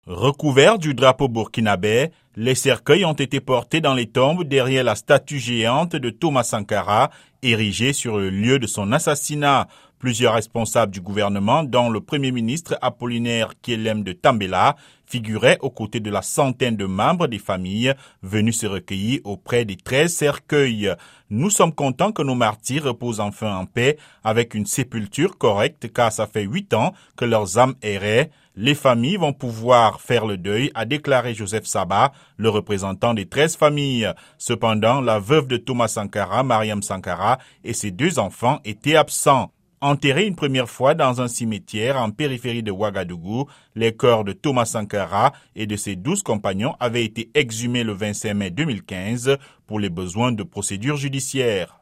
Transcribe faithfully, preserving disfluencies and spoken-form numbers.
Recouverts du drapeau burkinabé, les cercueils ont été portés dans les tombes derrière la statue géante de Thomas Sankara, érigée sur le lieu de son assassinat. Plusieurs responsables du gouvernement, dont le Premier ministre Apollinaire Kyelem de Tambela, figuraient aux côtés de la centaine de membres des familles venus se recueillir auprès des treize cercueils. Nous sommes contents que nos martyrs reposent enfin en paix avec une sépulture correcte car ça fait huit ans que leurs âmes erraient. Les familles vont pouvoir faire le deuil, a déclaré Joseph Saba, le représentant des treize familles. Cependant, la veuve de Thomas Sankara, Mariam Sankara, et ses deux enfants étaient absents. Enterrés une première fois dans un cimetière en périphérie de Ouagadougou, les corps de Thomas Sankara et de ses douze compagnons avaient été exhumés le vingt-cinq mai deux mille quinze pour les besoins de procédures judiciaires.